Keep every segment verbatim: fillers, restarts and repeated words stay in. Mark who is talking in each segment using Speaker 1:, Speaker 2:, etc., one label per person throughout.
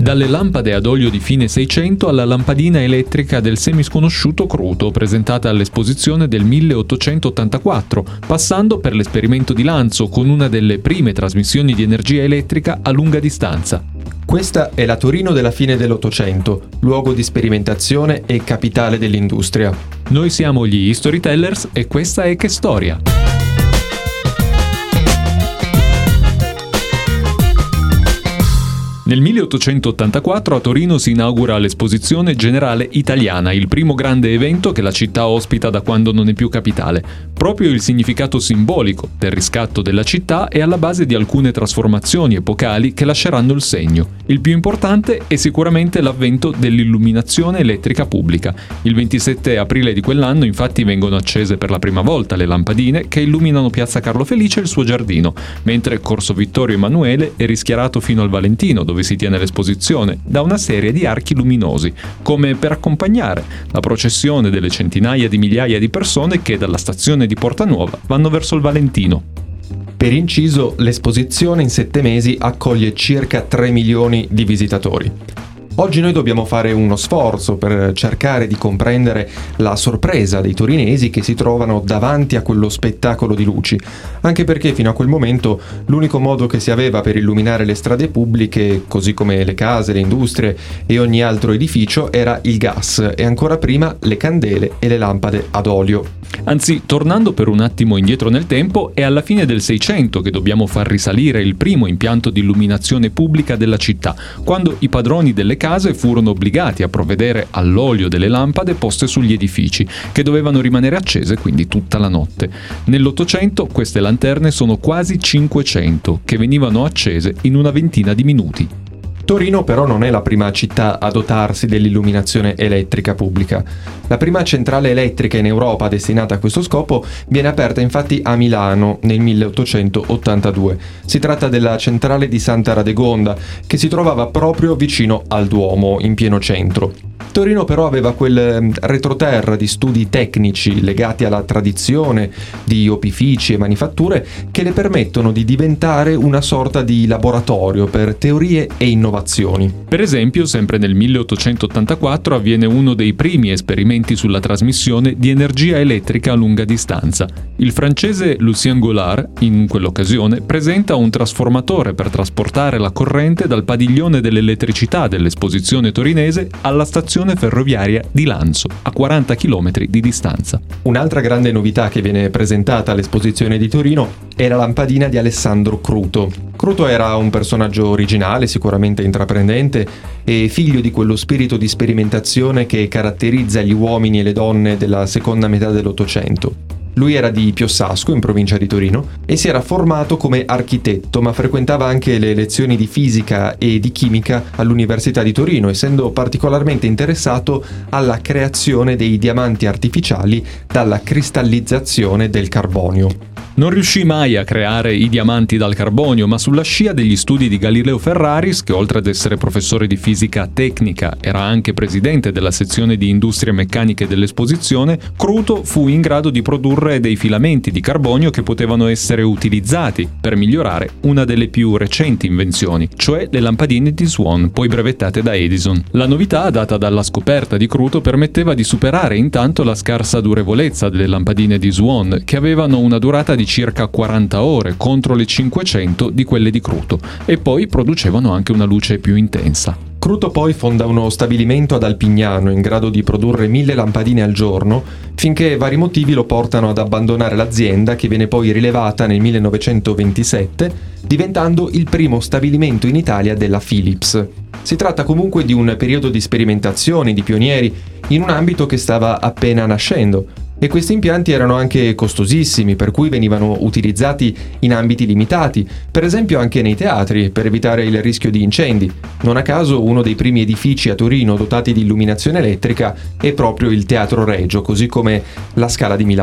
Speaker 1: Dalle lampade ad olio di fine Seicento alla lampadina elettrica del semisconosciuto Cruto, presentata all'esposizione del milleottocentottantaquattro, passando per l'esperimento di Lanzo con una delle prime trasmissioni di energia elettrica a lunga distanza.
Speaker 2: Questa è la Torino della fine dell'Ottocento, luogo di sperimentazione e capitale dell'industria.
Speaker 1: Noi siamo gli Storytellers e questa è Che Storia! Nel milleottocentottantaquattro a Torino si inaugura l'Esposizione Generale Italiana, il primo grande evento che la città ospita da quando non è più capitale. Proprio il significato simbolico del riscatto della città è alla base di alcune trasformazioni epocali che lasceranno il segno. Il più importante è sicuramente l'avvento dell'illuminazione elettrica pubblica. Il ventisette aprile di quell'anno infatti vengono accese per la prima volta le lampadine che illuminano Piazza Carlo Felice e il suo giardino, mentre Corso Vittorio Emanuele è rischiarato fino al Valentino, dove si tiene l'esposizione, da una serie di archi luminosi, come per accompagnare la processione delle centinaia di migliaia di persone che dalla stazione di Porta Nuova vanno verso il Valentino.
Speaker 2: Per inciso, l'esposizione in sette mesi accoglie circa tre milioni di visitatori. Oggi noi dobbiamo fare uno sforzo per cercare di comprendere la sorpresa dei torinesi che si trovano davanti a quello spettacolo di luci, anche perché fino a quel momento l'unico modo che si aveva per illuminare le strade pubbliche, così come le case, le industrie e ogni altro edificio, era il gas e ancora prima le candele e le lampade ad olio.
Speaker 1: Anzi, tornando per un attimo indietro nel tempo, è alla fine del Seicento che dobbiamo far risalire il primo impianto di illuminazione pubblica della città, quando i padroni delle case furono obbligati a provvedere all'olio delle lampade poste sugli edifici, che dovevano rimanere accese quindi tutta la notte. Nell'Ottocento queste lanterne sono quasi cinquecento, che venivano accese in una ventina di minuti.
Speaker 2: Torino però non è la prima città a dotarsi dell'illuminazione elettrica pubblica. La prima centrale elettrica in Europa destinata a questo scopo viene aperta infatti a Milano nel milleottocentottantadue. Si tratta della centrale di Santa Radegonda, che si trovava proprio vicino al Duomo, in pieno centro. Torino però aveva quel retroterra di studi tecnici legati alla tradizione di opifici e manifatture che le permettono di diventare una sorta di laboratorio per teorie e innovazioni.
Speaker 1: Per esempio, sempre nel milleottocentottantaquattro avviene uno dei primi esperimenti sulla trasmissione di energia elettrica a lunga distanza. Il francese Lucien Goulart, in quell'occasione, presenta un trasformatore per trasportare la corrente dal padiglione dell'elettricità dell'esposizione torinese alla stazione ferroviaria di Lanzo, a quaranta chilometri di distanza.
Speaker 2: Un'altra grande novità che viene presentata all'esposizione di Torino è la lampadina di Alessandro Cruto. Cruto era un personaggio originale, sicuramente intraprendente e figlio di quello spirito di sperimentazione che caratterizza gli uomini e le donne della seconda metà dell'Ottocento. Lui era di Piossasco, in provincia di Torino, e si era formato come architetto, ma frequentava anche le lezioni di fisica e di chimica all'Università di Torino, essendo particolarmente interessato alla creazione dei diamanti artificiali dalla cristallizzazione del carbonio.
Speaker 1: Non riuscì mai a creare i diamanti dal carbonio, ma sulla scia degli studi di Galileo Ferraris, che oltre ad essere professore di fisica tecnica era anche presidente della sezione di industrie meccaniche dell'esposizione, Cruto fu in grado di produrre dei filamenti di carbonio che potevano essere utilizzati per migliorare una delle più recenti invenzioni, cioè le lampadine di Swan, poi brevettate da Edison. La novità data dalla scoperta di Cruto permetteva di superare intanto la scarsa durevolezza delle lampadine di Swan, che avevano una durata di circa quaranta ore contro le cinquecento di quelle di Cruto, e poi producevano anche una luce più intensa.
Speaker 2: Cruto poi fonda uno stabilimento ad Alpignano in grado di produrre mille lampadine al giorno, finché vari motivi lo portano ad abbandonare l'azienda, che viene poi rilevata nel millenovecentoventisette, diventando il primo stabilimento in Italia della Philips. Si tratta comunque di un periodo di sperimentazioni, di pionieri, in un ambito che stava appena nascendo. E questi impianti erano anche costosissimi, per cui venivano utilizzati in ambiti limitati, per esempio anche nei teatri, per evitare il rischio di incendi. Non a caso uno dei primi edifici a Torino dotati di illuminazione elettrica è proprio il Teatro Regio, così come la Scala di Milano.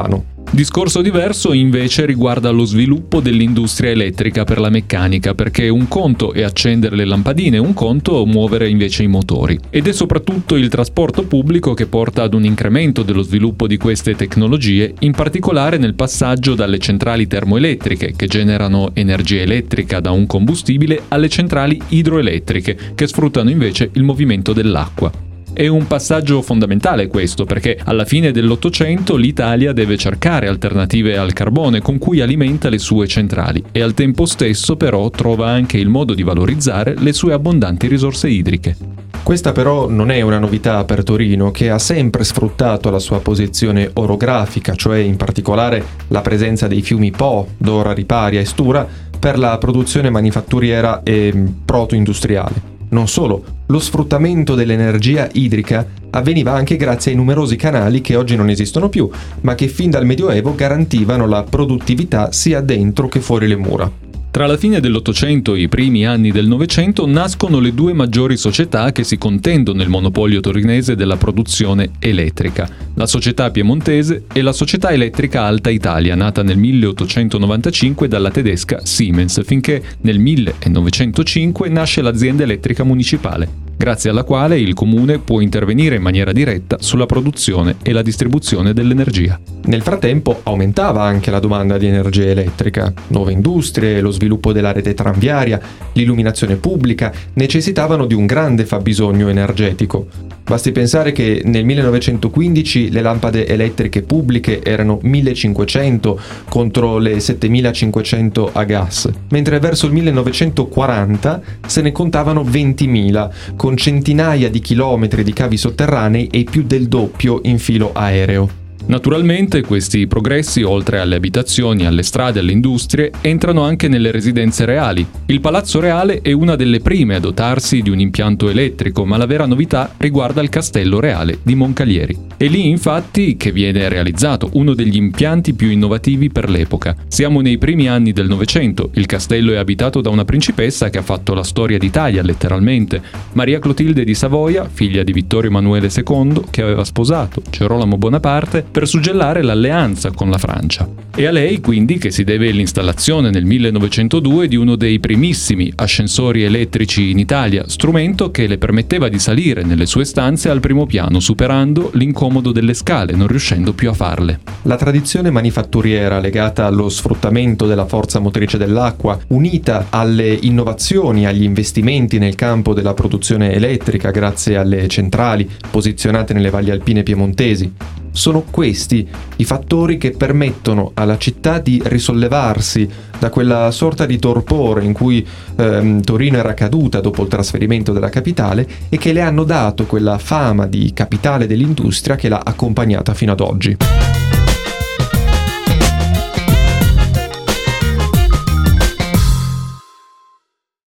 Speaker 1: Discorso diverso invece riguarda lo sviluppo dell'industria elettrica per la meccanica, perché un conto è accendere le lampadine, un conto muovere invece i motori. Ed è soprattutto il trasporto pubblico che porta ad un incremento dello sviluppo di queste tecnologie, in particolare nel passaggio dalle centrali termoelettriche, che generano energia elettrica da un combustibile, alle centrali idroelettriche, che sfruttano invece il movimento dell'acqua. È un passaggio fondamentale questo, perché alla fine dell'Ottocento l'Italia deve cercare alternative al carbone con cui alimenta le sue centrali e al tempo stesso però trova anche il modo di valorizzare le sue abbondanti risorse idriche.
Speaker 2: Questa però non è una novità per Torino, che ha sempre sfruttato la sua posizione orografica, cioè in particolare la presenza dei fiumi Po, Dora, Riparia e Stura, per la produzione manifatturiera e proto-industriale. Non solo, lo sfruttamento dell'energia idrica avveniva anche grazie ai numerosi canali che oggi non esistono più, ma che fin dal Medioevo garantivano la produttività sia dentro che fuori le mura.
Speaker 1: Tra la fine dell'Ottocento e i primi anni del Novecento nascono le due maggiori società che si contendono il monopolio torinese della produzione elettrica, la Società Piemontese e la Società Elettrica Alta Italia, nata nel milleottocentonovantacinque dalla tedesca Siemens, finché nel millenovecentocinque nasce l'azienda elettrica municipale, grazie alla quale il comune può intervenire in maniera diretta sulla produzione e la distribuzione dell'energia.
Speaker 2: Nel frattempo aumentava anche la domanda di energia elettrica. Nuove industrie, lo sviluppo della rete tranviaria, l'illuminazione pubblica necessitavano di un grande fabbisogno energetico. Basti pensare che nel millenovecentoquindici le lampade elettriche pubbliche erano millecinquecento contro le settemilacinquecento a gas, mentre verso il millenovecentoquaranta se ne contavano ventimila, con centinaia di chilometri di cavi sotterranei e più del doppio in filo aereo.
Speaker 1: Naturalmente questi progressi, oltre alle abitazioni, alle strade e alle industrie, entrano anche nelle residenze reali. Il Palazzo Reale è una delle prime a dotarsi di un impianto elettrico, ma la vera novità riguarda il Castello Reale di Moncalieri. È lì infatti che viene realizzato uno degli impianti più innovativi per l'epoca. Siamo nei primi anni del Novecento, il castello è abitato da una principessa che ha fatto la storia d'Italia letteralmente, Maria Clotilde di Savoia, figlia di Vittorio Emanuele secondo, che aveva sposato Gerolamo Bonaparte per suggellare l'alleanza con la Francia. È a lei quindi che si deve l'installazione nel millenovecentodue di uno dei primissimi ascensori elettrici in Italia, strumento che le permetteva di salire nelle sue stanze al primo piano, superando l'incomodo delle scale, non riuscendo più a farle.
Speaker 2: La tradizione manifatturiera legata allo sfruttamento della forza motrice dell'acqua, unita alle innovazioni, agli investimenti nel campo della produzione elettrica grazie alle centrali posizionate nelle valli alpine piemontesi, sono questi i fattori che permettono alla città di risollevarsi da quella sorta di torpore in cui ehm, Torino era caduta dopo il trasferimento della capitale e che le hanno dato quella fama di capitale dell'industria che l'ha accompagnata fino ad oggi.